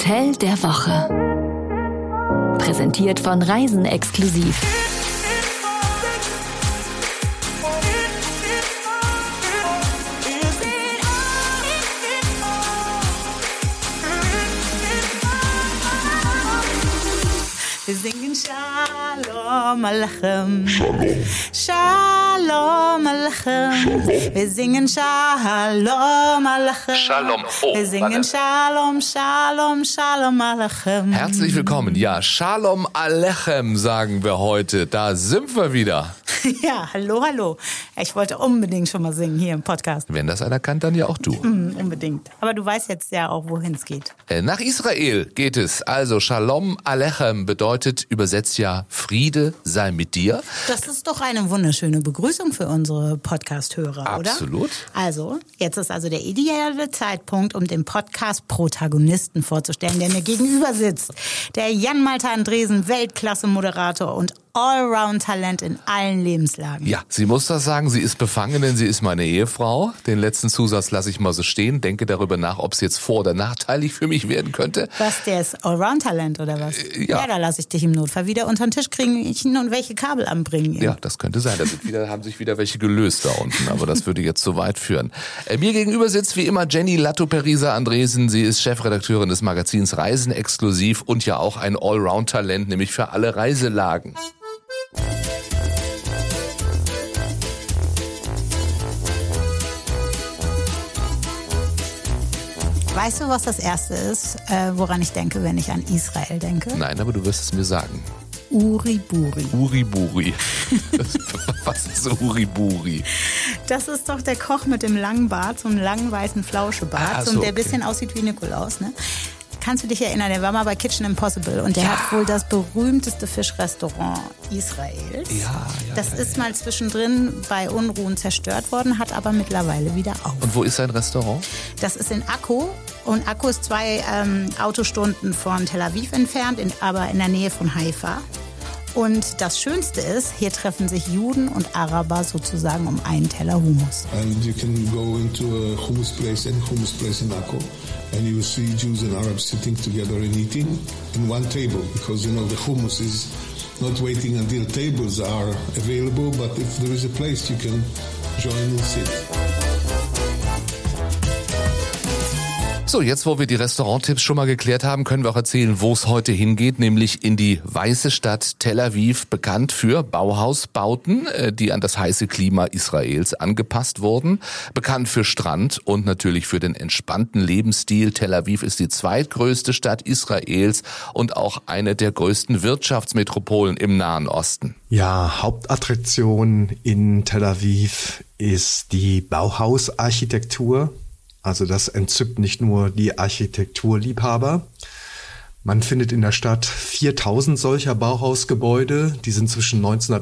Hotel der Woche. Präsentiert von Reisen exklusiv. Wir singen Shalom Aleichem. Shalom Aleichem. Wir singen Shalom Aleichem. Shalom. Oh, wir singen Shalom, Shalom, Shalom Aleichem. Herzlich willkommen. Ja, Shalom Aleichem sagen wir heute. Da sind wir wieder. Ja, hallo. Ich wollte unbedingt schon mal singen hier im Podcast. Wenn das einer kann, dann ja auch du. Unbedingt. Aber du weißt jetzt ja auch, wohin es geht. Nach Israel geht es. Also Shalom Aleichem bedeutet übersetzt ja Friede sei mit dir. Das ist doch eine wunderschöne Begrüßung für unsere Podcast-Hörer, oder? Absolut. Also, jetzt ist also der ideale Zeitpunkt, um den Podcast-Protagonisten vorzustellen, der mir gegenüber sitzt. Der Jan-Malte Andresen, Weltklasse-Moderator und Allround-Talent in allen Lebenslagen. Ja, sie muss das sagen, sie ist befangen, denn sie ist meine Ehefrau. Den letzten Zusatz lasse ich mal so stehen, denke darüber nach, ob es jetzt vor- oder nachteilig für mich werden könnte. Was, der ist Allround-Talent oder was? Ja. Ja, da lasse ich dich im Notfall wieder unter den Tisch kriegen und welche Kabel anbringen. Ja, das könnte sein. Da haben sich wieder welche gelöst da unten, aber das würde jetzt zu weit führen. Mir gegenüber sitzt wie immer Jenny Latto-Perisa Andresen. Sie ist Chefredakteurin des Magazins Reisen exklusiv und ja auch ein Allround-Talent, nämlich für alle Reiselagen. Weißt du, was das Erste ist, woran ich denke, wenn ich an Israel denke? Nein, aber du wirst es mir sagen. Uriburi. Uriburi. Was ist so Uriburi? Das ist doch der Koch mit dem langen Bart, so einem langen weißen Flauschebart, so, der ein bisschen aussieht wie Nikolaus, ne? Kannst du dich erinnern, der war mal bei Kitchen Impossible und der hat wohl das berühmteste Fischrestaurant Israels. Das ist mal zwischendrin bei Unruhen zerstört worden, hat aber mittlerweile wieder auf. Und wo ist sein Restaurant? Das ist in Akko und Akko ist 2 Autostunden von Tel Aviv entfernt, aber in der Nähe von Haifa. Und das Schönste ist, hier treffen sich Juden und Araber sozusagen um einen Teller Hummus. And you can go into a hummus place in Akko, and you will see Jews and Arabs sitting together and eating in one table, because you know the hummus is not waiting until tables are available, but if there is a place you can join and sit. So, jetzt wo wir die Restauranttipps schon mal geklärt haben, können wir auch erzählen, wo es heute hingeht, nämlich in die weiße Stadt Tel Aviv, bekannt für Bauhausbauten, die an das heiße Klima Israels angepasst wurden, bekannt für Strand und natürlich für den entspannten Lebensstil. Tel Aviv ist die zweitgrößte Stadt Israels und auch eine der größten Wirtschaftsmetropolen im Nahen Osten. Ja, Hauptattraktion in Tel Aviv ist die Bauhausarchitektur. Also das entzückt nicht nur die Architekturliebhaber. Man findet in der Stadt 4000 solcher Bauhausgebäude. Die sind zwischen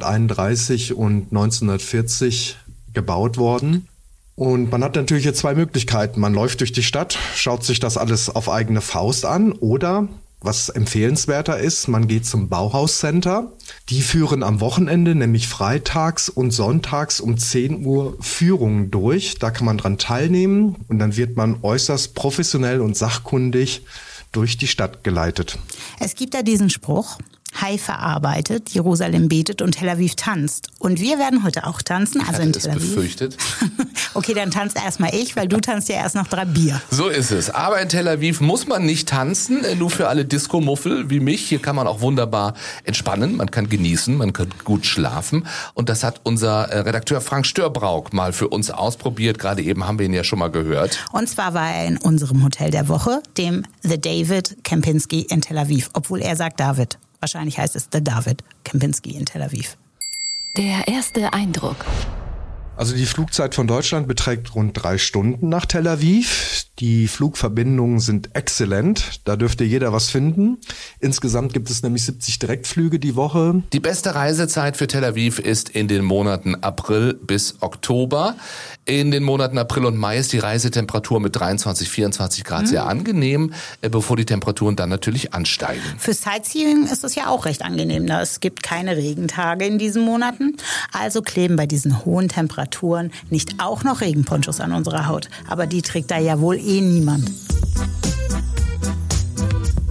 1931 und 1940 gebaut worden. Und man hat natürlich jetzt 2 Möglichkeiten. Man läuft durch die Stadt, schaut sich das alles auf eigene Faust an oder, was empfehlenswerter ist, man geht zum Bauhauscenter. Die führen am Wochenende, nämlich freitags und sonntags um 10 Uhr Führungen durch. Da kann man dran teilnehmen und dann wird man äußerst professionell und sachkundig durch die Stadt geleitet. Es gibt da diesen Spruch: Haifa arbeitet, Jerusalem betet und Tel Aviv tanzt. Und wir werden heute auch tanzen, also in Tel Aviv. Befürchtet. Okay, dann tanzt erstmal ich, weil du tanzt ja erst noch 3 Bier. So ist es. Aber in Tel Aviv muss man nicht tanzen, nur für alle Disco-Muffel wie mich. Hier kann man auch wunderbar entspannen, man kann genießen, man kann gut schlafen. Und das hat unser Redakteur Frank Störbrauk mal für uns ausprobiert. Gerade eben haben wir ihn ja schon mal gehört. Und zwar war er in unserem Hotel der Woche, dem The David Kempinski in Tel Aviv. Obwohl er sagt David. Wahrscheinlich heißt es The David Kempinski in Tel Aviv. Der erste Eindruck. Also die Flugzeit von Deutschland beträgt rund 3 Stunden nach Tel Aviv. Die Flugverbindungen sind exzellent. Da dürfte jeder was finden. Insgesamt gibt es nämlich 70 Direktflüge die Woche. Die beste Reisezeit für Tel Aviv ist in den Monaten April bis Oktober. In den Monaten April und Mai ist die Reisetemperatur mit 23, 24 Grad sehr angenehm, bevor die Temperaturen dann natürlich ansteigen. Für Sightseeing ist es ja auch recht angenehm. Es gibt keine Regentage in diesen Monaten. Also kleben bei diesen hohen Temperaturen nicht auch noch Regenponchos an unserer Haut. Aber die trägt da ja wohl niemand.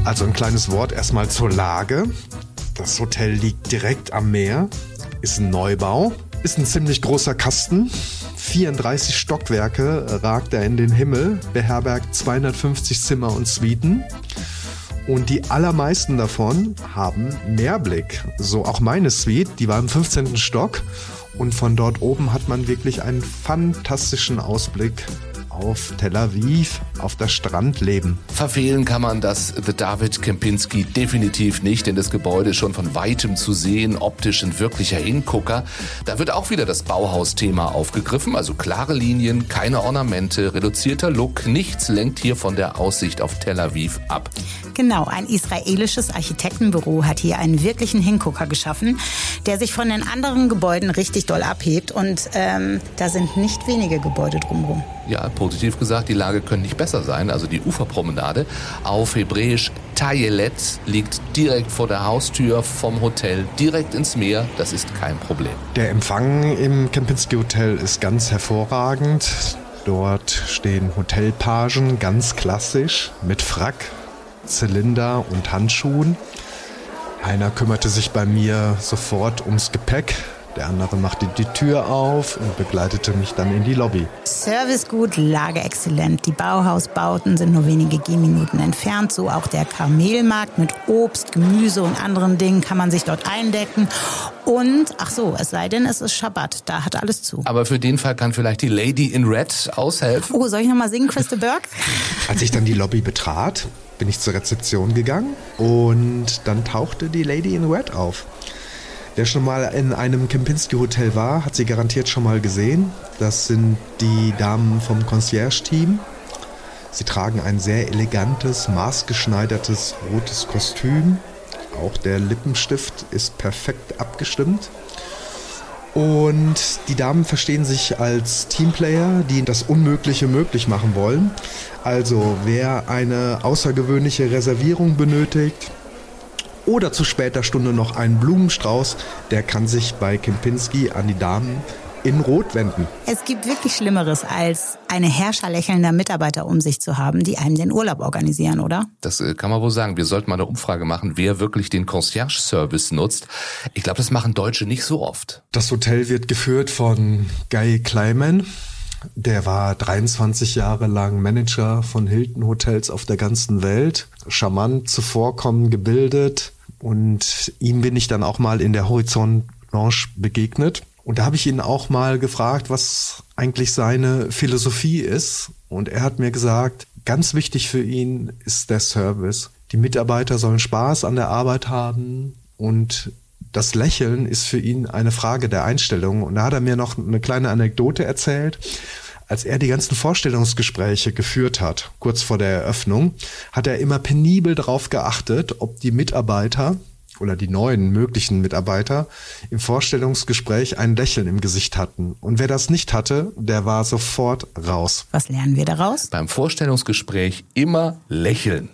Also ein kleines Wort erstmal zur Lage. Das Hotel liegt direkt am Meer, ist ein Neubau, ist ein ziemlich großer Kasten. 34 Stockwerke ragt er in den Himmel, beherbergt 250 Zimmer und Suiten. Und die allermeisten davon haben Meerblick. So auch meine Suite, die war im 15. Stock. Und von dort oben hat man wirklich einen fantastischen Ausblick auf Tel Aviv, auf das Strandleben. Verfehlen kann man das The David Kempinski definitiv nicht, denn das Gebäude ist schon von Weitem zu sehen, optisch ein wirklicher Hingucker. Da wird auch wieder das Bauhaus-Thema aufgegriffen, also klare Linien, keine Ornamente, reduzierter Look, nichts lenkt hier von der Aussicht auf Tel Aviv ab. Genau, ein israelisches Architektenbüro hat hier einen wirklichen Hingucker geschaffen, der sich von den anderen Gebäuden richtig doll abhebt und da sind nicht wenige Gebäude drumherum. Ja, positiv gesagt, die Lage könnte nicht besser sein. Also die Uferpromenade auf Hebräisch Tayelet liegt direkt vor der Haustür vom Hotel, direkt ins Meer. Das ist kein Problem. Der Empfang im Kempinski Hotel ist ganz hervorragend. Dort stehen Hotelpagen, ganz klassisch, mit Frack, Zylinder und Handschuhen. Einer kümmerte sich bei mir sofort ums Gepäck. Der andere machte die Tür auf und begleitete mich dann in die Lobby. Service gut, Lage exzellent. Die Bauhausbauten sind nur wenige Gehminuten entfernt. So auch der Kamelmarkt mit Obst, Gemüse und anderen Dingen kann man sich dort eindecken. Und, ach so, es sei denn, es ist Schabbat. Da hat alles zu. Aber für den Fall kann vielleicht die Lady in Red aushelfen. Oh, soll ich nochmal singen, Christa Burke? Als ich dann die Lobby betrat, bin ich zur Rezeption gegangen und dann tauchte die Lady in Red auf. Wer schon mal in einem Kempinski-Hotel war, hat sie garantiert schon mal gesehen. Das sind die Damen vom Concierge-Team. Sie tragen ein sehr elegantes, maßgeschneidertes rotes Kostüm. Auch der Lippenstift ist perfekt abgestimmt. Und die Damen verstehen sich als Teamplayer, die das Unmögliche möglich machen wollen. Also wer eine außergewöhnliche Reservierung benötigt oder zu später Stunde noch einen Blumenstrauß, der kann sich bei Kempinski an die Damen in Rot wenden. Es gibt wirklich Schlimmeres, als eine herrscherlächelnder Mitarbeiter um sich zu haben, die einem den Urlaub organisieren, oder? Das kann man wohl sagen. Wir sollten mal eine Umfrage machen, wer wirklich den Concierge-Service nutzt. Ich glaube, das machen Deutsche nicht so oft. Das Hotel wird geführt von Guy Kleiman. Der war 23 Jahre lang Manager von Hilton Hotels auf der ganzen Welt. Charmant, zuvorkommend, gebildet. Und ihm bin ich dann auch mal in der Horizont Lounge begegnet. Und da habe ich ihn auch mal gefragt, was eigentlich seine Philosophie ist. Und er hat mir gesagt, ganz wichtig für ihn ist der Service. Die Mitarbeiter sollen Spaß an der Arbeit haben und das Lächeln ist für ihn eine Frage der Einstellung. Und da hat er mir noch eine kleine Anekdote erzählt. Als er die ganzen Vorstellungsgespräche geführt hat, kurz vor der Eröffnung, hat er immer penibel darauf geachtet, ob die Mitarbeiter oder die neuen möglichen Mitarbeiter im Vorstellungsgespräch ein Lächeln im Gesicht hatten. Und wer das nicht hatte, der war sofort raus. Was lernen wir daraus? Beim Vorstellungsgespräch immer lächeln.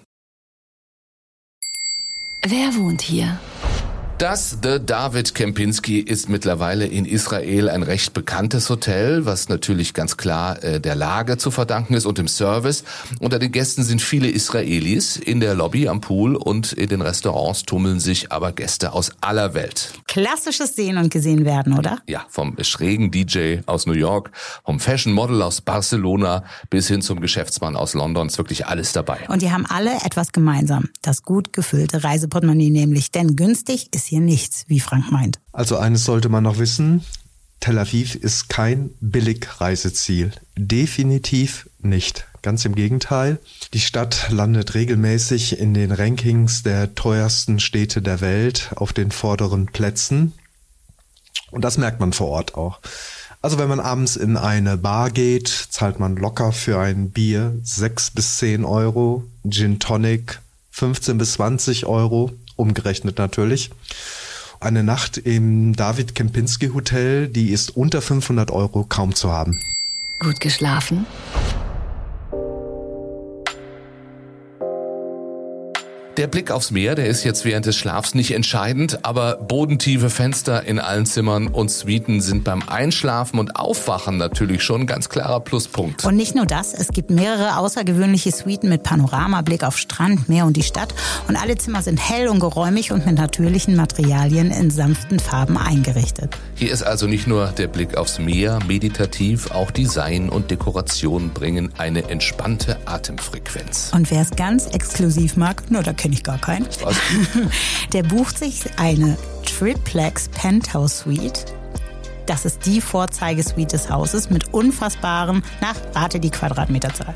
Wer wohnt hier? Das The David Kempinski ist mittlerweile in Israel ein recht bekanntes Hotel, was natürlich ganz klar der Lage zu verdanken ist und dem Service. Unter den Gästen sind viele Israelis. In der Lobby, am Pool und in den Restaurants tummeln sich aber Gäste aus aller Welt. Klassisches Sehen und Gesehen werden, oder? Ja, vom schrägen DJ aus New York, vom Fashion Model aus Barcelona bis hin zum Geschäftsmann aus London. Ist wirklich alles dabei. Und die haben alle etwas gemeinsam. Das gut gefüllte Reiseportemonnaie nämlich. Denn günstig ist hier nichts, wie Frank meint. Also eines sollte man noch wissen, Tel Aviv ist kein Billigreiseziel. Definitiv nicht. Ganz im Gegenteil. Die Stadt landet regelmäßig in den Rankings der teuersten Städte der Welt auf den vorderen Plätzen. Und das merkt man vor Ort auch. Also wenn man abends in eine Bar geht, zahlt man locker für ein Bier 6 bis 10 Euro, Gin Tonic 15 bis 20 Euro, umgerechnet natürlich. Eine Nacht im David Kempinski Hotel, die ist unter 500 Euro kaum zu haben. Gut geschlafen? Der Blick aufs Meer, der ist jetzt während des Schlafs nicht entscheidend, aber bodentiefe Fenster in allen Zimmern und Suiten sind beim Einschlafen und Aufwachen natürlich schon ein ganz klarer Pluspunkt. Und nicht nur das, es gibt mehrere außergewöhnliche Suiten mit Panoramablick auf Strand, Meer und die Stadt. Und alle Zimmer sind hell und geräumig und mit natürlichen Materialien in sanften Farben eingerichtet. Hier ist also nicht nur der Blick aufs Meer meditativ, auch Design und Dekoration bringen eine entspannte Atemfrequenz. Und wer es ganz exklusiv mag, nur da kenne ich gar keinen, der bucht sich eine Triplex Penthouse Suite. Das ist die Vorzeigesuite des Hauses mit unfassbaren, rate die Quadratmeterzahl.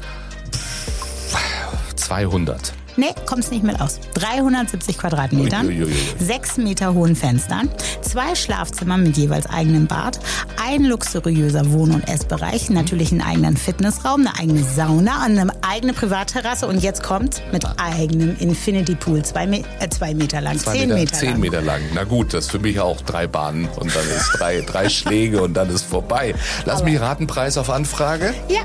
200. Nee, kommt's nicht mit aus. 370 Quadratmetern, 6 Meter hohen Fenstern, 2 Schlafzimmer mit jeweils eigenem Bad, ein luxuriöser Wohn- und Essbereich, natürlich einen eigenen Fitnessraum, eine eigene Sauna, eine eigene Privatterrasse und jetzt kommt mit eigenem Infinity Pool, 2 Meter lang, 10 Meter lang. 10 Meter lang. Na gut, das ist für mich auch 3 Bahnen und dann ist drei Schläge und dann ist vorbei. Lass mich raten, Preis auf Anfrage? Ja.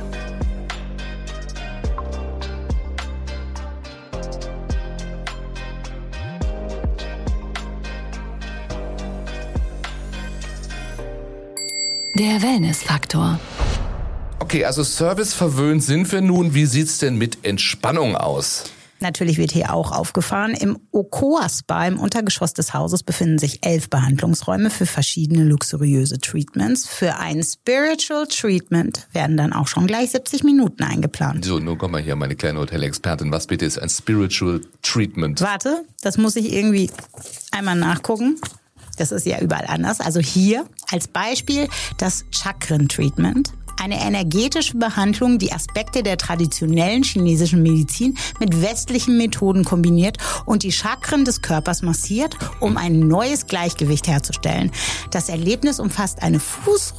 Der Wellness-Faktor. Okay, also serviceverwöhnt sind wir nun. Wie sieht's denn mit Entspannung aus? Natürlich wird hier auch aufgefahren. Im Okoa Spa im Untergeschoss des Hauses befinden sich 11 Behandlungsräume für verschiedene luxuriöse Treatments. Für ein Spiritual Treatment werden dann auch schon gleich 70 Minuten eingeplant. So, nun komm mal hier, meine kleine Hotelexpertin. Was bitte ist ein Spiritual Treatment? Warte, das muss ich irgendwie einmal nachgucken. Das ist ja überall anders. Also hier als Beispiel das Chakren-Treatment. Eine energetische Behandlung, die Aspekte der traditionellen chinesischen Medizin mit westlichen Methoden kombiniert und die Chakren des Körpers massiert, um ein neues Gleichgewicht herzustellen. Das Erlebnis umfasst eine Fuß-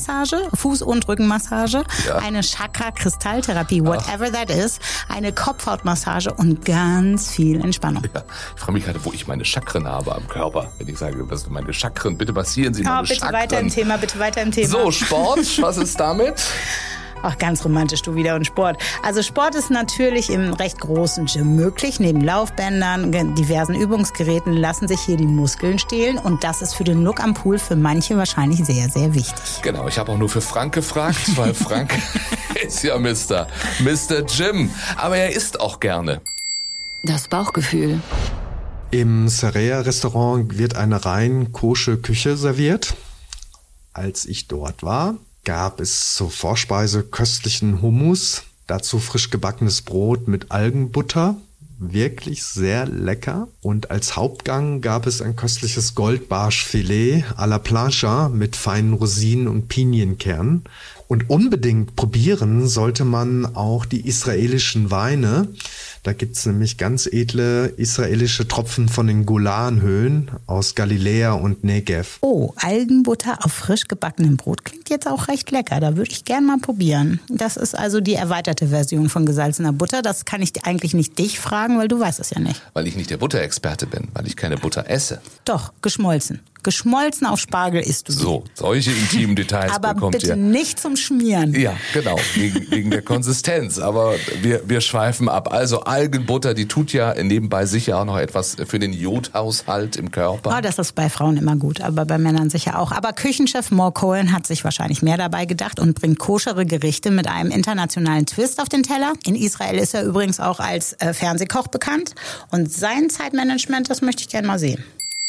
und Rückenmassage, eine Chakra-Kristalltherapie, whatever that is, eine Kopfhautmassage und ganz viel Entspannung. Ja, ich frage mich gerade, wo ich meine Chakren habe am Körper. Wenn ich sage, was sind meine Chakren? Bitte massieren Sie meine bitte Chakren. Bitte weiter im Thema. So, Sport, was ist damit? Ach, ganz romantisch, du wieder und Sport. Also Sport ist natürlich im recht großen Gym möglich. Neben Laufbändern, diversen Übungsgeräten lassen sich hier die Muskeln stehlen. Und das ist für den Look am Pool für manche wahrscheinlich sehr, sehr wichtig. Genau, ich habe auch nur für Frank gefragt, weil Frank ist ja Mr. Gym. Aber er isst auch gerne. Das Bauchgefühl. Im Serea-Restaurant wird eine rein kosche Küche serviert. Als ich dort war, gab es zur Vorspeise köstlichen Hummus, dazu frisch gebackenes Brot mit Algenbutter, wirklich sehr lecker. Und als Hauptgang gab es ein köstliches Goldbarschfilet à la plancha mit feinen Rosinen und Pinienkernen. Und unbedingt probieren sollte man auch die israelischen Weine. Da gibt's nämlich ganz edle israelische Tropfen von den Golanhöhen aus Galiläa und Negev. Oh, Algenbutter auf frisch gebackenem Brot klingt jetzt auch recht lecker. Da würde ich gern mal probieren. Das ist also die erweiterte Version von gesalzener Butter. Das kann ich eigentlich nicht dich fragen, weil du weißt es ja nicht. Weil ich nicht der Butterexperte bin, weil ich keine Butter esse. Doch, geschmolzen. Geschmolzen auf Spargel isst du. So, solche intimen Details aber bekommt bitte ihr. Nicht zum Schmieren. Ja, genau, wegen der Konsistenz. Aber wir schweifen ab. Also Algenbutter, die tut ja nebenbei sicher auch noch etwas für den Jodhaushalt im Körper. Oh, das ist bei Frauen immer gut, aber bei Männern sicher auch. Aber Küchenchef Mo Cohen hat sich wahrscheinlich mehr dabei gedacht und bringt koschere Gerichte mit einem internationalen Twist auf den Teller. In Israel ist er übrigens auch als Fernsehkoch bekannt. Und sein Zeitmanagement, das möchte ich gerne mal sehen.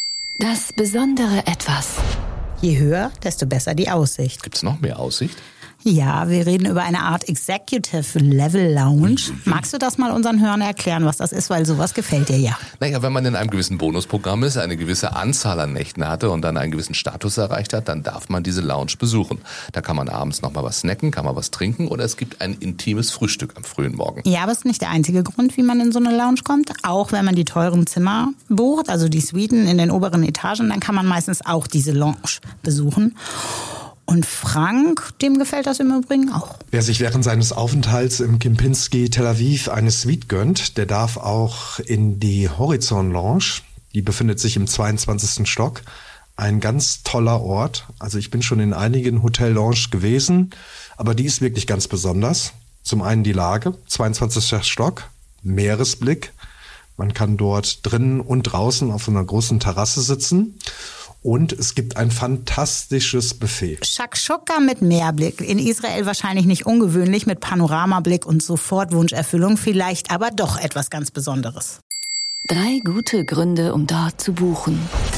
Das besondere Etwas. Je höher, desto besser die Aussicht. Gibt's noch mehr Aussicht? Ja, wir reden über eine Art Executive Level Lounge. Magst du das mal unseren Hörern erklären, was das ist? Weil sowas gefällt dir ja. Naja, wenn man in einem gewissen Bonusprogramm ist, eine gewisse Anzahl an Nächten hatte und dann einen gewissen Status erreicht hat, dann darf man diese Lounge besuchen. Da kann man abends noch mal was snacken, kann man was trinken oder es gibt ein intimes Frühstück am frühen Morgen. Ja, aber es ist nicht der einzige Grund, wie man in so eine Lounge kommt. Auch wenn man die teuren Zimmer bucht, also die Suiten in den oberen Etagen, dann kann man meistens auch diese Lounge besuchen. Und Frank, dem gefällt das im Übrigen auch. Wer sich während seines Aufenthalts im Kempinski Tel Aviv eine Suite gönnt, der darf auch in die Horizon Lounge. Die befindet sich im 22. Stock. Ein ganz toller Ort. Also ich bin schon in einigen Hotel-Lounge gewesen, aber die ist wirklich ganz besonders. Zum einen die Lage, 22. Stock, Meeresblick, Man kann dort drinnen und draußen auf einer großen Terrasse sitzen. Und es gibt ein fantastisches Buffet. Shakshuka mit Meerblick. In Israel wahrscheinlich nicht ungewöhnlich, mit Panoramablick und Sofortwunscherfüllung. Vielleicht aber doch etwas ganz Besonderes. 3 gute Gründe, um dort zu buchen.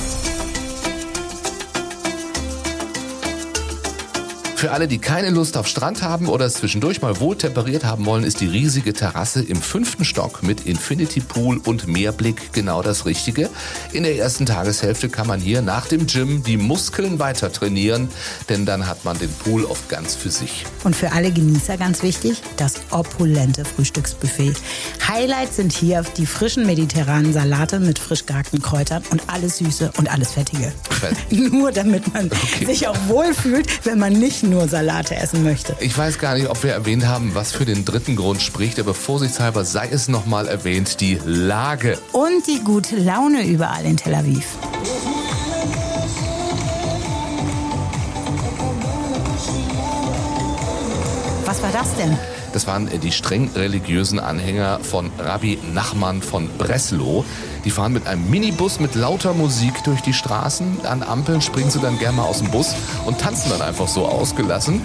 Für alle, die keine Lust auf Strand haben oder es zwischendurch mal wohl temperiert haben wollen, ist die riesige Terrasse im 5. Stock mit Infinity Pool und Meerblick genau das Richtige. In der ersten Tageshälfte kann man hier nach dem Gym die Muskeln weiter trainieren, denn dann hat man den Pool oft ganz für sich. Und für alle Genießer ganz wichtig, das opulente Frühstücksbuffet. Highlights sind hier die frischen mediterranen Salate mit frisch gehackten Kräutern und alles Süße und alles Fettige. Nur damit man sich auch wohlfühlt, wenn man nicht nur Salate essen möchte. Ich weiß gar nicht, ob wir erwähnt haben, was für den dritten Grund spricht, aber vorsichtshalber sei es nochmal erwähnt, die Lage. Und die gute Laune überall in Tel Aviv. Was war das denn? Das waren die streng religiösen Anhänger von Rabbi Nachman von Breslau. Die fahren mit einem Minibus mit lauter Musik durch die Straßen. An Ampeln springen sie dann gerne mal aus dem Bus und tanzen dann einfach so ausgelassen.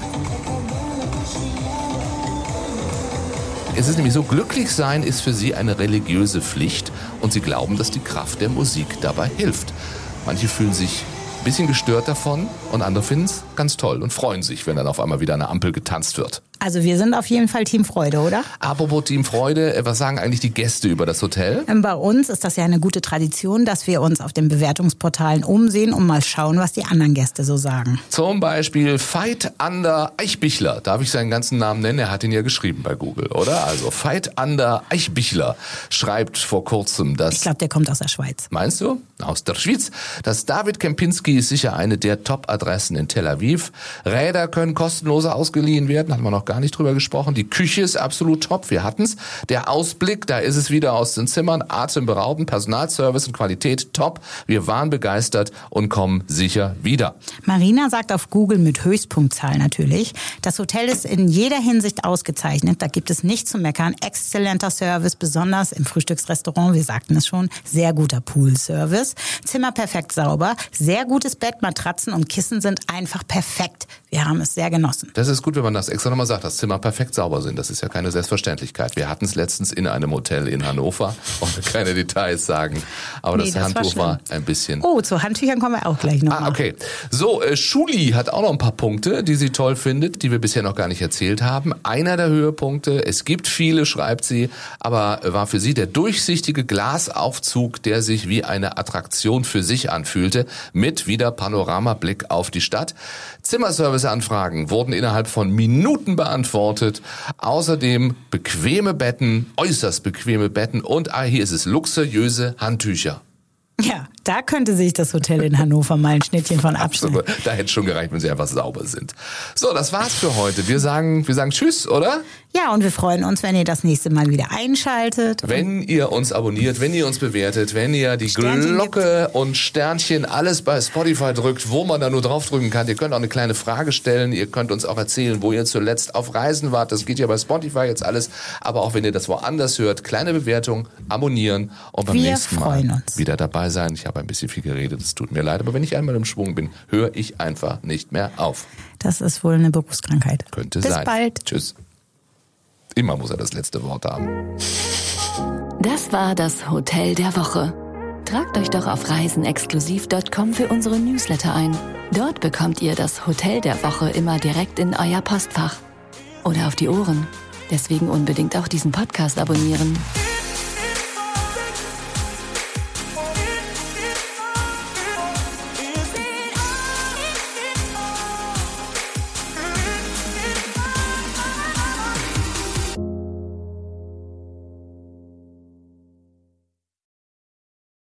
Es ist nämlich so, glücklich sein ist für sie eine religiöse Pflicht und sie glauben, dass die Kraft der Musik dabei hilft. Manche fühlen sich ein bisschen gestört davon und andere finden es ganz toll und freuen sich, wenn dann auf einmal wieder an der Ampel getanzt wird. Also wir sind auf jeden Fall Team Freude, oder? Apropos Team Freude, was sagen eigentlich die Gäste über das Hotel? Bei uns ist das ja eine gute Tradition, dass wir uns auf den Bewertungsportalen umsehen und mal schauen, was die anderen Gäste so sagen. Zum Beispiel Veit Ander Eichbichler. Darf ich seinen ganzen Namen nennen? Er hat ihn ja geschrieben bei Google, oder? Also Veit Ander Eichbichler schreibt vor kurzem, dass... Ich glaube, der kommt aus der Schweiz. Meinst du? Aus der Schweiz. Das David Kempinski ist sicher eine der Top-Adressen in Tel Aviv. Räder können kostenlos ausgeliehen werden, hatten wir noch gar nicht drüber gesprochen. Die Küche ist absolut top, wir hatten's. Der Ausblick, da ist es wieder aus den Zimmern, atemberaubend, Personalservice und Qualität top. Wir waren begeistert und kommen sicher wieder. Marina sagt auf Google mit Höchstpunktzahl natürlich, das Hotel ist in jeder Hinsicht ausgezeichnet, da gibt es nichts zu meckern, exzellenter Service, besonders im Frühstücksrestaurant, wir sagten es schon, sehr guter Poolservice, Zimmer perfekt sauber, sehr gutes Bett, Matratzen und Kissen sind einfach perfekt. Wir haben es sehr genossen. Das ist gut, wenn man das extra nochmal sagt, dass Zimmer perfekt sauber sind. Das ist ja keine Selbstverständlichkeit. Wir hatten es letztens in einem Hotel in Hannover. Wollen wir keine Details sagen. Aber das Handtuch war ein bisschen... Oh, zu Handtüchern kommen wir auch gleich noch. Okay. So, Schuli hat auch noch ein paar Punkte, die sie toll findet, die wir bisher noch gar nicht erzählt haben. Einer der Höhepunkte, es gibt viele, schreibt sie, aber war für sie der durchsichtige Glasaufzug, der sich wie eine Attraktion für sich anfühlte, mit wieder Panoramablick auf die Stadt. Zimmerserviceanfragen wurden innerhalb von Minuten beantwortet. Außerdem bequeme Betten, äußerst bequeme Betten und hier ist es, luxuriöse Handtücher. Ja, da könnte sich das Hotel in Hannover mal ein Schnittchen von abschneiden. Absolut. Da hätte schon gereicht, wenn sie einfach sauber sind. So, das war's für heute. Wir sagen Tschüss, oder? Ja, und wir freuen uns, wenn ihr das nächste Mal wieder einschaltet. Wenn ihr uns abonniert, wenn ihr uns bewertet, wenn ihr die Sternchen Glocke gibt. Und Sternchen, alles bei Spotify drückt, wo man da nur draufdrücken kann. Ihr könnt auch eine kleine Frage stellen. Ihr könnt uns auch erzählen, wo ihr zuletzt auf Reisen wart. Das geht ja bei Spotify jetzt alles. Aber auch wenn ihr das woanders hört, kleine Bewertung, abonnieren und beim nächsten Mal wieder dabei sein. Ich habe ein bisschen viel geredet, es tut mir leid. Aber wenn ich einmal im Schwung bin, höre ich einfach nicht mehr auf. Das ist wohl eine Berufskrankheit. Könnte sein. Bis bald. Tschüss. Immer muss er das letzte Wort haben. Das war das Hotel der Woche. Tragt euch doch auf reisenexklusiv.com für unsere Newsletter ein. Dort bekommt ihr das Hotel der Woche immer direkt in euer Postfach. Oder auf die Ohren. Deswegen unbedingt auch diesen Podcast abonnieren.